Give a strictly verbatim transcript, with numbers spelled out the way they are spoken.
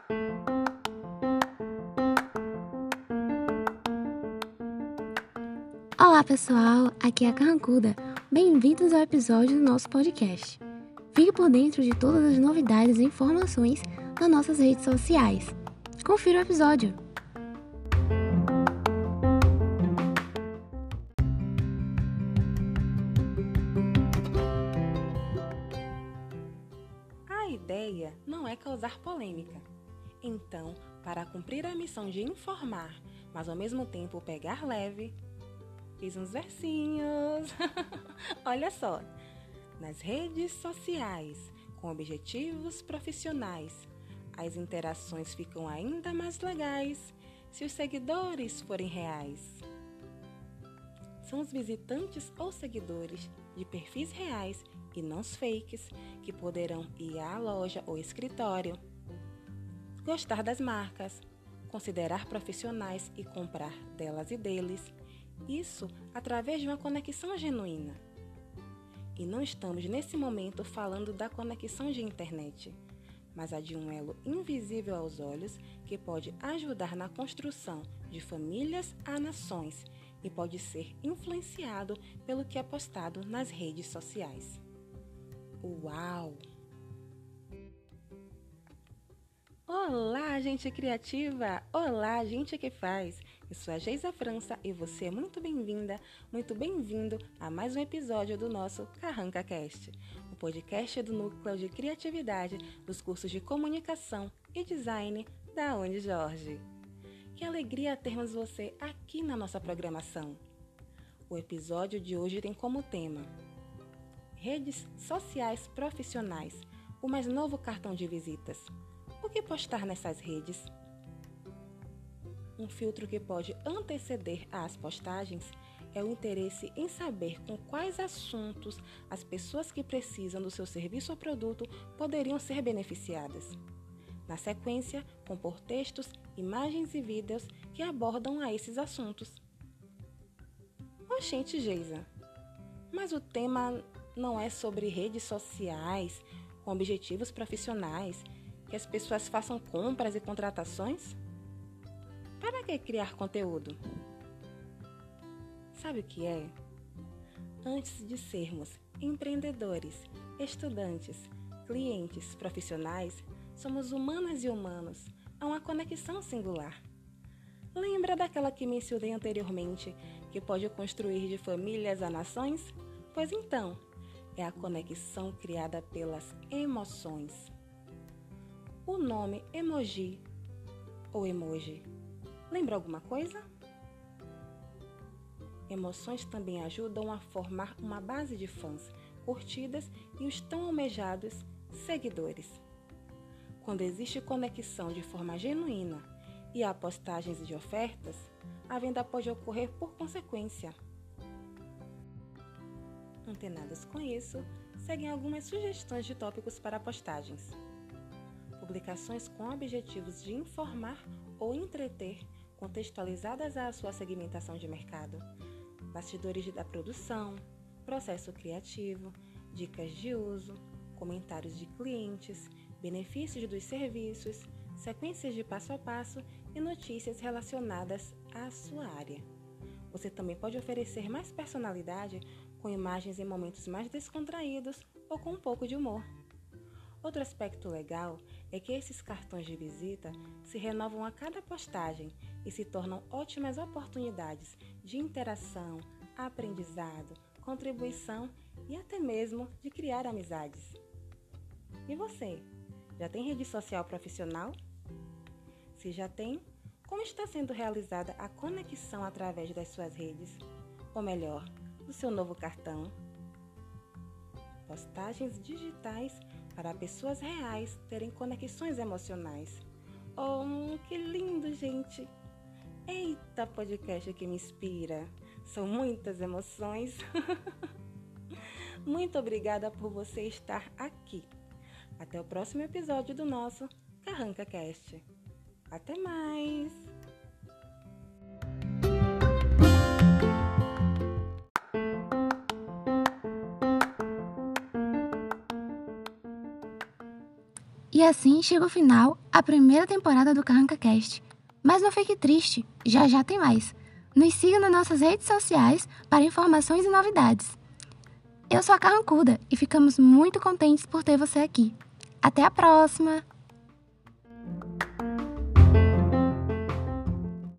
Olá pessoal, aqui é a Carrancuda. Bem-vindos ao episódio do nosso podcast. Fique por dentro de todas as novidades e informações nas nossas redes sociais. Confira o episódio! A ideia não é causar polêmica. Então, para cumprir a missão de informar, mas ao mesmo tempo pegar leve, fiz uns versinhos. Olha só, nas redes sociais, com objetivos profissionais, as interações ficam ainda mais legais se os seguidores forem reais. São os visitantes ou seguidores de perfis reais e não os fakes que poderão ir à loja ou escritório, gostar das marcas, considerar profissionais e comprar delas e deles. Isso através de uma conexão genuína. E não estamos nesse momento falando da conexão de internet, mas a de um elo invisível aos olhos que pode ajudar na construção de famílias a nações e pode ser influenciado pelo que é postado nas redes sociais. Uau! Olá, gente criativa! Olá, gente que faz! Eu sou a Geisa França e você é muito bem-vinda, muito bem-vindo a mais um episódio do nosso Carranca Cast, o podcast do Núcleo de Criatividade dos cursos de Comunicação e Design da Uni Jorge. Que alegria termos você aqui na nossa programação! O episódio de hoje tem como tema Redes Sociais Profissionais, o mais novo cartão de visitas. O que postar nessas redes? Um filtro que pode anteceder às postagens é o interesse em saber com quais assuntos as pessoas que precisam do seu serviço ou produto poderiam ser beneficiadas. Na sequência, compor textos, imagens e vídeos que abordam a esses assuntos. Oxente, Geisa, mas o tema não é sobre redes sociais com objetivos profissionais, que as pessoas façam compras e contratações? Para que criar conteúdo? Sabe o que é? Antes de sermos empreendedores, estudantes, clientes, profissionais, somos humanas e humanos a uma conexão singular. Lembra daquela que mencionei anteriormente, que pode construir de famílias a nações? Pois então, é a conexão criada pelas emoções. O nome emoji ou emoji, lembra alguma coisa? Emoções também ajudam a formar uma base de fãs, curtidas e os tão almejados seguidores. Quando existe conexão de forma genuína e há postagens de ofertas, a venda pode ocorrer por consequência. Antenados com isso, seguem algumas sugestões de tópicos para postagens. Publicações com objetivos de informar ou entreter, contextualizadas à sua segmentação de mercado, bastidores da produção, processo criativo, dicas de uso, comentários de clientes, benefícios dos serviços, sequências de passo a passo e notícias relacionadas à sua área. Você também pode oferecer mais personalidade com imagens em momentos mais descontraídos ou com um pouco de humor. Outro aspecto legal é que esses cartões de visita se renovam a cada postagem e se tornam ótimas oportunidades de interação, aprendizado, contribuição e até mesmo de criar amizades. E você, já tem rede social profissional? Se já tem, como está sendo realizada a conexão através das suas redes? Ou melhor, do seu novo cartão? Postagens digitais para pessoas reais terem conexões emocionais. Oh, que lindo, gente! Eita, podcast que me inspira! São muitas emoções. Muito obrigada por você estar aqui. Até o próximo episódio do nosso Carranca Cast. Até mais! E assim chega ao final a primeira temporada do CarrancaCast. Mas não fique triste, já já tem mais. Nos siga nas nossas redes sociais para informações e novidades. Eu sou a Carrancuda e ficamos muito contentes por ter você aqui. Até a próxima!